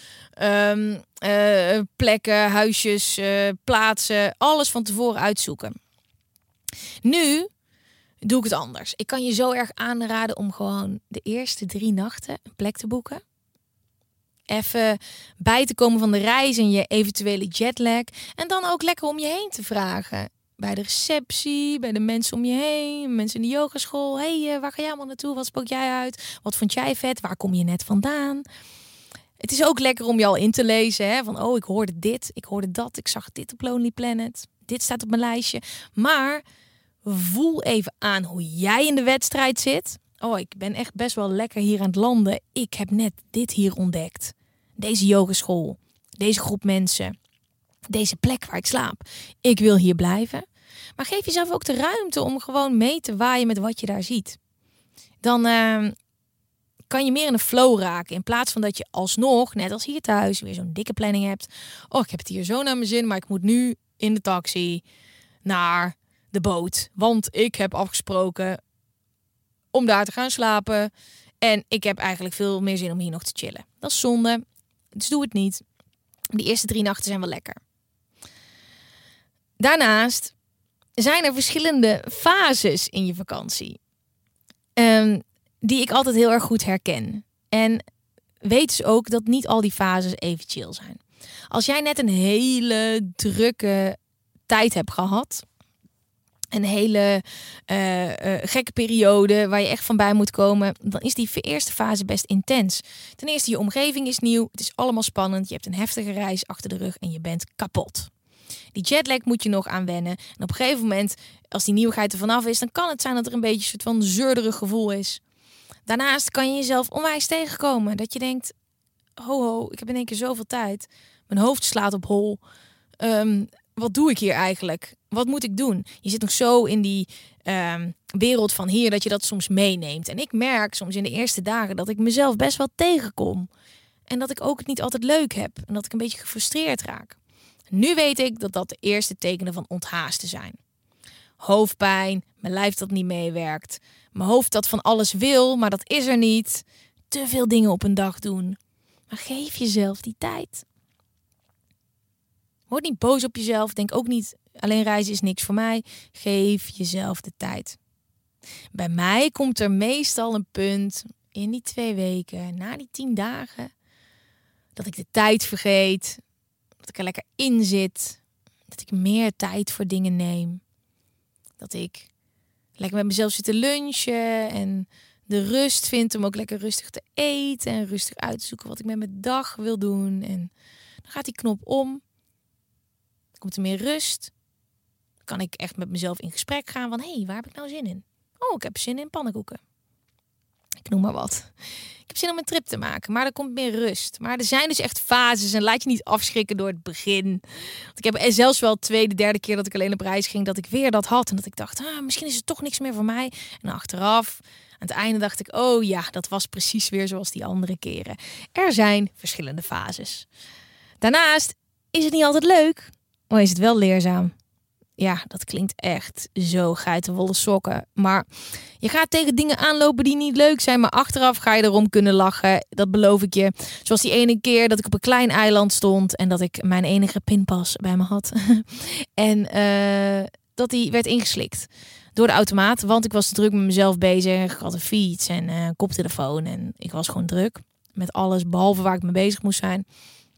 plekken, huisjes, plaatsen. Alles van tevoren uitzoeken. Nu doe ik het anders. Ik kan je zo erg aanraden om gewoon de eerste 3 nachten een plek te boeken. Even bij te komen van de reis en je eventuele jetlag. En dan ook lekker om je heen te vragen. Bij de receptie, bij de mensen om je heen, mensen in de yogaschool. Hey, waar ga jij allemaal naartoe? Wat spook jij uit? Wat vond jij vet? Waar kom je net vandaan? Het is ook lekker om je al in te lezen. Hè? Van, ik hoorde dit, ik hoorde dat. Ik zag dit op Lonely Planet. Dit staat op mijn lijstje. Maar voel even aan hoe jij in de wedstrijd zit. Ik ben echt best wel lekker hier aan het landen. Ik heb net dit hier ontdekt. Deze yogaschool, deze groep mensen, deze plek waar ik slaap. Ik wil hier blijven. Maar geef jezelf ook de ruimte om gewoon mee te waaien met wat je daar ziet. Dan kan je meer in de flow raken. In plaats van dat je alsnog, net als hier thuis, weer zo'n dikke planning hebt. Ik heb het hier zo naar mijn zin, maar ik moet nu in de taxi naar de boot. Want ik heb afgesproken om daar te gaan slapen. En ik heb eigenlijk veel meer zin om hier nog te chillen. Dat is zonde. Dus doe het niet. Die eerste 3 nachten zijn wel lekker. Daarnaast zijn er verschillende fases in je vakantie. Die ik altijd heel erg goed herken. En weet dus ook dat niet al die fases even chill zijn. Als jij net een hele drukke tijd hebt gehad, een hele gekke periode waar je echt van bij moet komen, dan is die eerste fase best intens. Ten eerste, je omgeving is nieuw, het is allemaal spannend, je hebt een heftige reis achter de rug en je bent kapot. Die jetlag moet je nog aan wennen. En op een gegeven moment, als die nieuwigheid er vanaf is, dan kan het zijn dat er een beetje een soort van zeurderig gevoel is. Daarnaast kan je jezelf onwijs tegenkomen. Dat je denkt, ho, ik heb in één keer zoveel tijd. Mijn hoofd slaat op hol. Wat doe ik hier eigenlijk? Wat moet ik doen? Je zit nog zo in die wereld van hier dat je dat soms meeneemt. En ik merk soms in de eerste dagen dat ik mezelf best wel tegenkom. En dat ik ook het niet altijd leuk heb. En dat ik een beetje gefrustreerd raak. Nu weet ik dat dat de eerste tekenen van onthaasten zijn. Hoofdpijn, mijn lijf dat niet meewerkt. Mijn hoofd dat van alles wil, maar dat is er niet. Te veel dingen op een dag doen. Maar geef jezelf die tijd. Word niet boos op jezelf. Denk ook niet, alleen reizen is niks voor mij. Geef jezelf de tijd. Bij mij komt er meestal een punt in die 2 weken, na die 10 dagen, dat ik de tijd vergeet. Dat ik er lekker in zit. Dat ik meer tijd voor dingen neem. Dat ik lekker met mezelf zit te lunchen. En de rust vind om ook lekker rustig te eten. En rustig uit te zoeken wat ik met mijn dag wil doen. En dan gaat die knop om. Dan komt er meer rust. Dan kan ik echt met mezelf in gesprek gaan. Van, waar heb ik nou zin in? Ik heb zin in pannenkoeken. Ik noem maar wat. Ik heb zin om een trip te maken, maar er komt meer rust. Maar er zijn dus echt fases en laat je niet afschrikken door het begin. Want ik heb zelfs wel 2e, 3e keer dat ik alleen op reis ging, dat ik weer dat had. En dat ik dacht, misschien is het toch niks meer voor mij. En achteraf, aan het einde dacht ik, dat was precies weer zoals die andere keren. Er zijn verschillende fases. Daarnaast is het niet altijd leuk, maar is het wel leerzaam. Ja, dat klinkt echt zo geitenwolle sokken. Maar je gaat tegen dingen aanlopen die niet leuk zijn. Maar achteraf ga je erom kunnen lachen. Dat beloof ik je. Zoals die ene keer dat ik op een klein eiland stond. En dat ik mijn enige pinpas bij me had. En dat die werd ingeslikt door de automaat. Want ik was te druk met mezelf bezig. Ik had een fiets en koptelefoon. En ik was gewoon druk met alles behalve waar ik mee bezig moest zijn.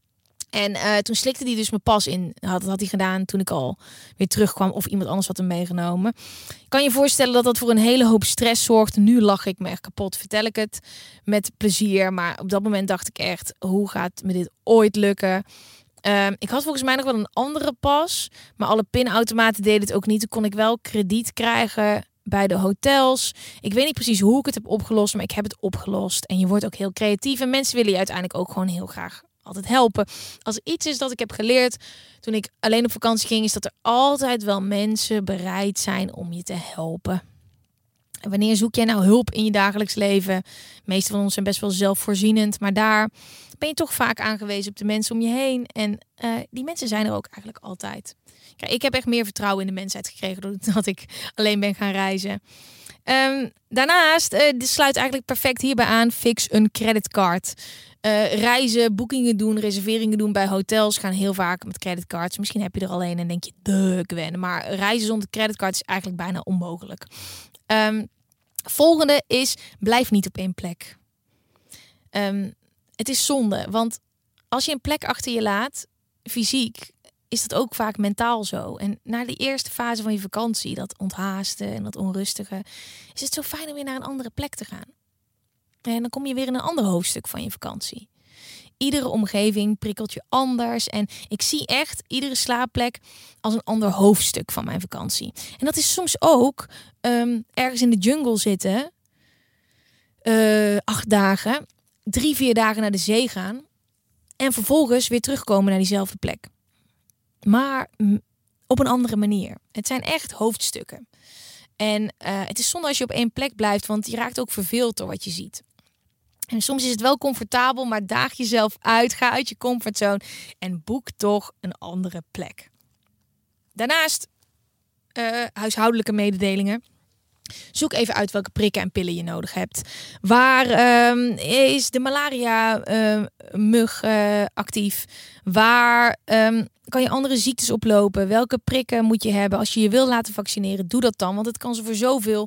En toen slikte hij dus mijn pas in. Dat had hij gedaan toen ik al weer terugkwam of iemand anders had hem meegenomen. Ik kan je voorstellen dat dat voor een hele hoop stress zorgt. Nu lach ik me echt kapot, vertel ik het met plezier. Maar op dat moment dacht ik echt, hoe gaat me dit ooit lukken? Ik had volgens mij nog wel een andere pas. Maar alle pinautomaten deden het ook niet. Toen kon ik wel krediet krijgen bij de hotels. Ik weet niet precies hoe ik het heb opgelost, maar ik heb het opgelost. En je wordt ook heel creatief. En mensen willen je uiteindelijk ook gewoon heel graag altijd helpen. Als er iets is dat ik heb geleerd toen ik alleen op vakantie ging, is dat er altijd wel mensen bereid zijn om je te helpen. En wanneer zoek jij nou hulp in je dagelijks leven? De meeste van ons zijn best wel zelfvoorzienend, maar daar ben je toch vaak aangewezen op de mensen om je heen. En die mensen zijn er ook eigenlijk altijd. Kijk, ik heb echt meer vertrouwen in de mensheid gekregen doordat ik alleen ben gaan reizen. Daarnaast, dit sluit eigenlijk perfect hierbij aan, fix een creditcard. Reizen, boekingen doen, reserveringen doen bij hotels gaan heel vaak met creditcards. Misschien heb je er al een en denk je, Gwen. Maar reizen zonder creditcard is eigenlijk bijna onmogelijk. Volgende is, blijf niet op één plek. Het is zonde, want als je een plek achter je laat, fysiek, is dat ook vaak mentaal zo. En na de eerste fase van je vakantie, dat onthaasten en dat onrustige, is het zo fijn om weer naar een andere plek te gaan. En dan kom je weer in een ander hoofdstuk van je vakantie. Iedere omgeving prikkelt je anders. En ik zie echt iedere slaapplek als een ander hoofdstuk van mijn vakantie. En dat is soms ook ergens in de jungle zitten. 8 dagen. 3-4 dagen naar de zee gaan. En vervolgens weer terugkomen naar diezelfde plek. Maar op een andere manier. Het zijn echt hoofdstukken. En het is zonde als je op één plek blijft. Want je raakt ook verveeld door wat je ziet. En soms is het wel comfortabel, maar daag jezelf uit. Ga uit je comfortzone en boek toch een andere plek. Daarnaast huishoudelijke mededelingen. Zoek even uit welke prikken en pillen je nodig hebt. Waar is de malaria-mug actief? Waar kan je andere ziektes oplopen? Welke prikken moet je hebben? Als je je wil laten vaccineren, doe dat dan. Want het kan voor zoveel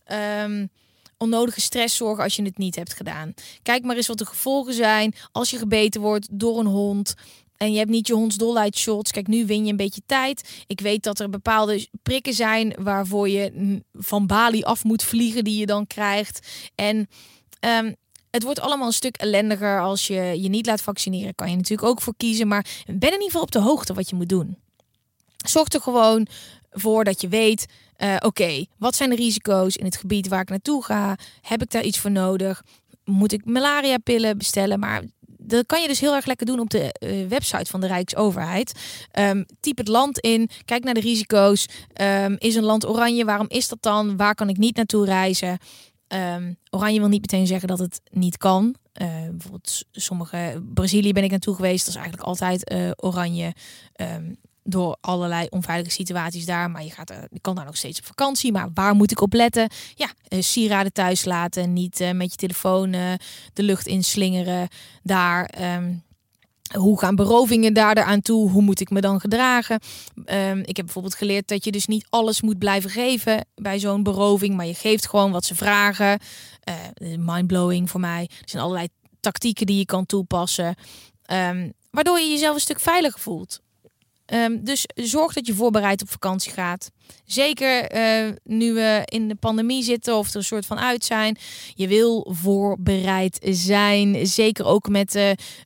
onnodige stress zorgen als je het niet hebt gedaan. Kijk maar eens wat de gevolgen zijn als je gebeten wordt door een hond en je hebt niet je hondsdolheid shots. Kijk, nu win je een beetje tijd. Ik weet dat er bepaalde prikken zijn waarvoor je van Bali af moet vliegen die je dan krijgt. En het wordt allemaal een stuk ellendiger als je je niet laat vaccineren. Kan je natuurlijk ook voor kiezen, maar ben in ieder geval op de hoogte wat je moet doen. Zorg er gewoon voor dat je weet, oké, wat zijn de risico's in het gebied waar ik naartoe ga? Heb ik daar iets voor nodig? Moet ik malariapillen bestellen? Maar dat kan je dus heel erg lekker doen op de website van de Rijksoverheid. Typ het land in, kijk naar de risico's. Is een land oranje? Waarom is dat dan? Waar kan ik niet naartoe reizen? Oranje wil niet meteen zeggen dat het niet kan. Bijvoorbeeld Brazilië ben ik naartoe geweest. Dat is eigenlijk altijd oranje. Door allerlei onveilige situaties daar. Maar je kan daar nog steeds op vakantie. Maar waar moet ik op letten? Ja, sieraden thuis laten. Niet met je telefoon de lucht inslingeren. Daar. Hoe gaan berovingen daar aan toe? Hoe moet ik me dan gedragen? Ik heb bijvoorbeeld geleerd dat je dus niet alles moet blijven geven bij zo'n beroving. Maar je geeft gewoon wat ze vragen. Mindblowing voor mij. Er zijn allerlei tactieken die je kan toepassen. Waardoor je jezelf een stuk veiliger voelt. Dus zorg dat je voorbereid op vakantie gaat. Zeker nu we in de pandemie zitten of er een soort van uit zijn. Je wil voorbereid zijn. Zeker ook met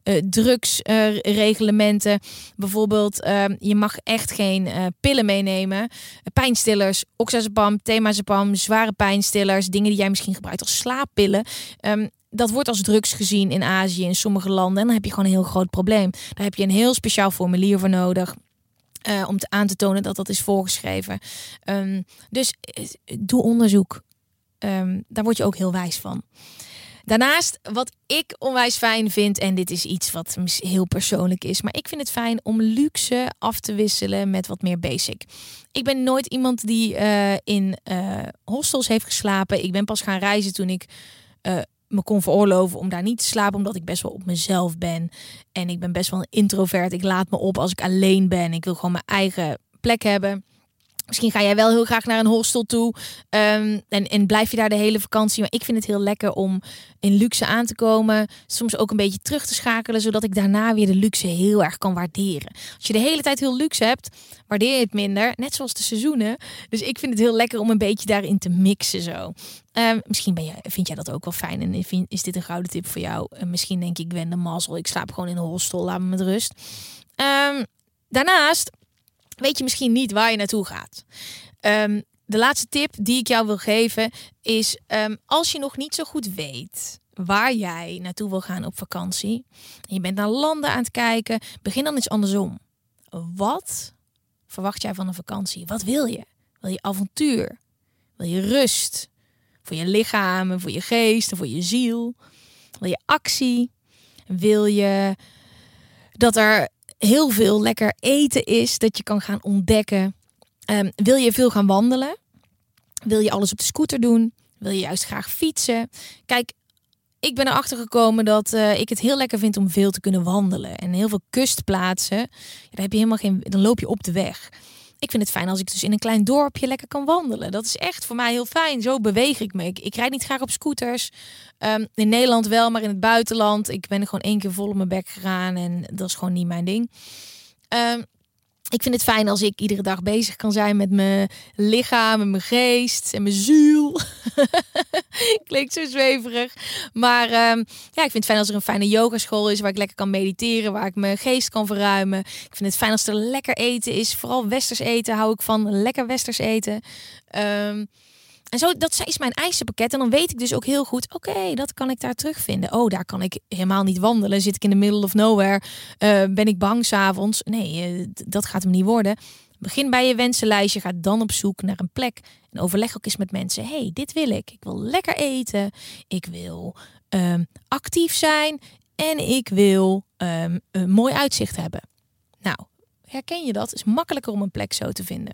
drugsreglementen. Bijvoorbeeld, je mag echt geen pillen meenemen. Pijnstillers, oxazepam, temazepam, zware pijnstillers. Dingen die jij misschien gebruikt als slaappillen. Dat wordt als drugs gezien in Azië, in sommige landen. En dan heb je gewoon een heel groot probleem. Daar heb je een heel speciaal formulier voor nodig. Om aan te tonen dat dat is voorgeschreven. Dus doe onderzoek. Daar word je ook heel wijs van. Daarnaast, wat ik onwijs fijn vind, en dit is iets wat heel persoonlijk is, maar ik vind het fijn om luxe af te wisselen met wat meer basic. Ik ben nooit iemand die in hostels heeft geslapen. Ik ben pas gaan reizen toen ik me kon veroorloven om daar niet te slapen, omdat ik best wel op mezelf ben. En ik ben best wel een introvert. Ik laat me op als ik alleen ben. Ik wil gewoon mijn eigen plek hebben. Misschien ga jij wel heel graag naar een hostel toe en blijf je daar de hele vakantie. Maar ik vind het heel lekker om in luxe aan te komen. Soms ook een beetje terug te schakelen, zodat ik daarna weer de luxe heel erg kan waarderen. Als je de hele tijd heel luxe hebt, waardeer je het minder. Net zoals de seizoenen. Dus ik vind het heel lekker om een beetje daarin te mixen zo. Misschien vind jij dat ook wel fijn en is dit een gouden tip voor jou. Misschien denk ik, Wende mazzel. Ik slaap gewoon in een hostel, laat me met rust. Daarnaast weet je misschien niet waar je naartoe gaat. De laatste tip die ik jou wil geven is... als je nog niet zo goed weet waar jij naartoe wil gaan op vakantie... en je bent naar landen aan het kijken... begin dan eens andersom. Wat verwacht jij van een vakantie? Wat wil je? Wil je avontuur? Wil je rust? Voor je lichaam en voor je geest en voor je ziel? Wil je actie? Wil je dat er heel veel lekker eten is dat je kan gaan ontdekken? Wil je veel gaan wandelen? Wil je alles op de scooter doen? Wil je juist graag fietsen? Kijk, ik ben erachter gekomen dat ik het heel lekker vind om veel te kunnen wandelen. En heel veel kustplaatsen, daar heb je dan loop je op de weg. Ik vind het fijn als ik dus in een klein dorpje lekker kan wandelen. Dat is echt voor mij heel fijn. Zo beweeg ik me. Ik rijd niet graag op scooters. In Nederland wel, maar in het buitenland. Ik ben er gewoon 1 keer vol op mijn bek gegaan. En dat is gewoon niet mijn ding. Ik vind het fijn als ik iedere dag bezig kan zijn met mijn lichaam en mijn geest en mijn ziel. Klinkt zo zweverig. Maar ik vind het fijn als er een fijne yogaschool is waar ik lekker kan mediteren, waar ik mijn geest kan verruimen. Ik vind het fijn als er lekker eten is. Vooral westers eten hou ik van. Lekker westers eten. En zo, dat is mijn eisenpakket. En dan weet ik dus ook heel goed, oké, dat kan ik daar terugvinden. Oh, daar kan ik helemaal niet wandelen. Zit ik in the middle of nowhere? Ben ik bang 's avonds? Nee, dat gaat hem niet worden. Begin bij je wensenlijstje. Ga dan op zoek naar een plek. En overleg ook eens met mensen. Hey, dit wil ik. Ik wil lekker eten. Ik wil actief zijn. En ik wil een mooi uitzicht hebben. Nou, herken je dat? Het is makkelijker om een plek zo te vinden.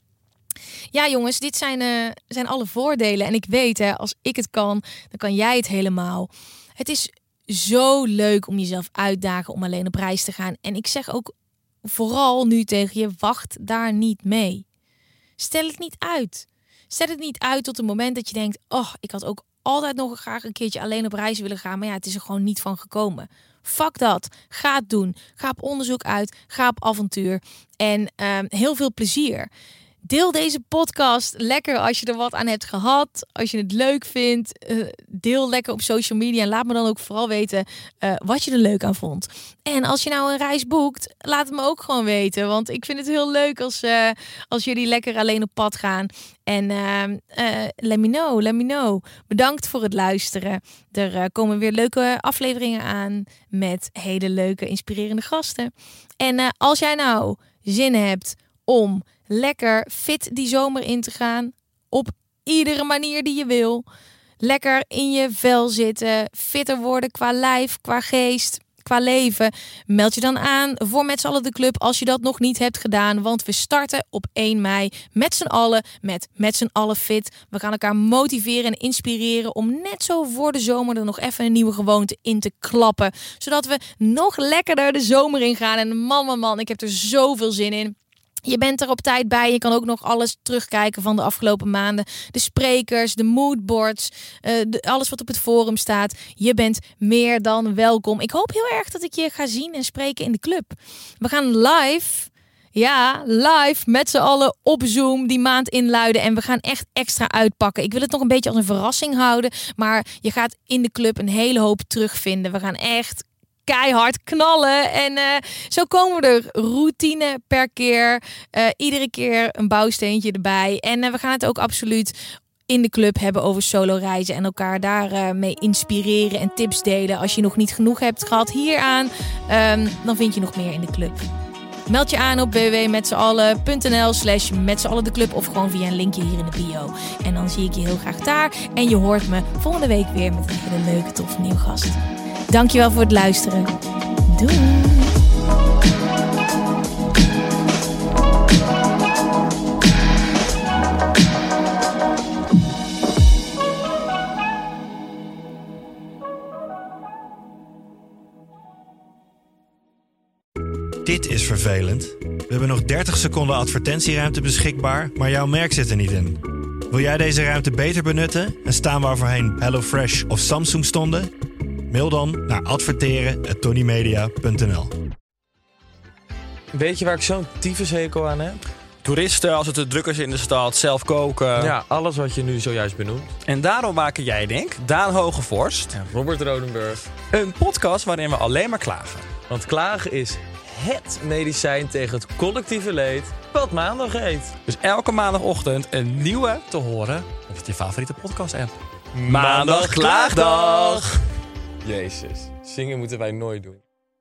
Ja jongens, dit zijn alle voordelen. En ik weet, als ik het kan, dan kan jij het helemaal. Het is zo leuk om jezelf uitdagen om alleen op reis te gaan. En ik zeg ook vooral nu tegen je, wacht daar niet mee. Stel het niet uit. Stel het niet uit tot het moment dat je denkt, oh, ik had ook altijd nog graag een keertje alleen op reis willen gaan. Maar ja, het is er gewoon niet van gekomen. Fuck dat. Ga het doen. Ga op onderzoek uit. Ga op avontuur. En heel veel plezier. Deel deze podcast lekker als je er wat aan hebt gehad. Als je het leuk vindt, deel lekker op social media. En laat me dan ook vooral weten wat je er leuk aan vond. En als je nou een reis boekt, laat het me ook gewoon weten. Want ik vind het heel leuk als jullie lekker alleen op pad gaan. En let me know. Bedankt voor het luisteren. Er komen weer leuke afleveringen aan met hele leuke, inspirerende gasten. En als jij nou zin hebt om lekker fit die zomer in te gaan. Op iedere manier die je wil. Lekker in je vel zitten. Fitter worden qua lijf, qua geest, qua leven. Meld je dan aan voor Met z'n allen de club als je dat nog niet hebt gedaan. Want we starten op 1 mei met z'n allen. Met z'n allen fit. We gaan elkaar motiveren en inspireren om net zo voor de zomer er nog even een nieuwe gewoonte in te klappen. Zodat we nog lekkerder de zomer in gaan. En man, ik heb er zoveel zin in. Je bent er op tijd bij. Je kan ook nog alles terugkijken van de afgelopen maanden. De sprekers, de moodboards, alles wat op het forum staat. Je bent meer dan welkom. Ik hoop heel erg dat ik je ga zien en spreken in de club. We gaan live met z'n allen op Zoom die maand inluiden. En we gaan echt extra uitpakken. Ik wil het nog een beetje als een verrassing houden. Maar je gaat in de club een hele hoop terugvinden. We gaan echt keihard knallen. En zo komen we er routine per keer. Iedere keer een bouwsteentje erbij. En we gaan het ook absoluut in de club hebben over solo reizen. En elkaar daar mee inspireren en tips delen. Als je nog niet genoeg hebt gehad hieraan, dan vind je nog meer in de club. Meld je aan op www.metzallen.nl/metzallen de club of gewoon via een linkje hier in de bio. En dan zie ik je heel graag daar. En je hoort me volgende week weer met een hele leuke, toffe nieuwe gast. Dankjewel voor het luisteren. Doei! Dit Dit is vervelend. We hebben nog 30 seconden advertentieruimte beschikbaar, maar jouw merk zit er niet in. Wil jij deze ruimte beter benutten en staan waar voorheen HelloFresh of Samsung stonden? Mail dan naar adverteren@tonymedia.nl. Weet je waar ik zo'n tyfushekel aan heb? Toeristen, als het te druk is in de stad, zelf koken. Ja, alles wat je nu zojuist benoemt. En daarom maken jij, Daan Hogevorst, En Robert Rodenburg. een podcast waarin we alleen maar klagen. Want klagen is HET medicijn tegen het collectieve leed wat maandag heet. Dus elke maandagochtend een nieuwe te horen op je favoriete podcast-app. Maandag Klaagdag! Jezus, zingen moeten wij nooit doen.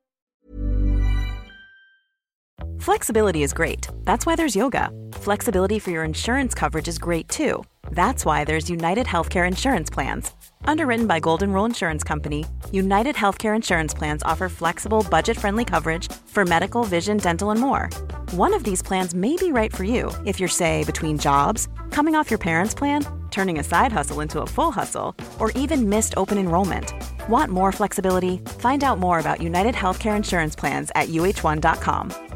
Flexibility is great. That's why there's yoga. Flexibility for your insurance coverage is great too. That's why there's United Healthcare Insurance Plans. Underwritten by Golden Rule Insurance Company, United Healthcare Insurance Plans offer flexible, budget-friendly coverage for medical, vision, dental, and more. One of these plans may be right for you if you're, say, between jobs, coming off your parents' plan, turning a side hustle into a full hustle, or even missed open enrollment. Want more flexibility? Find out more about United Healthcare Insurance Plans at uh1.com.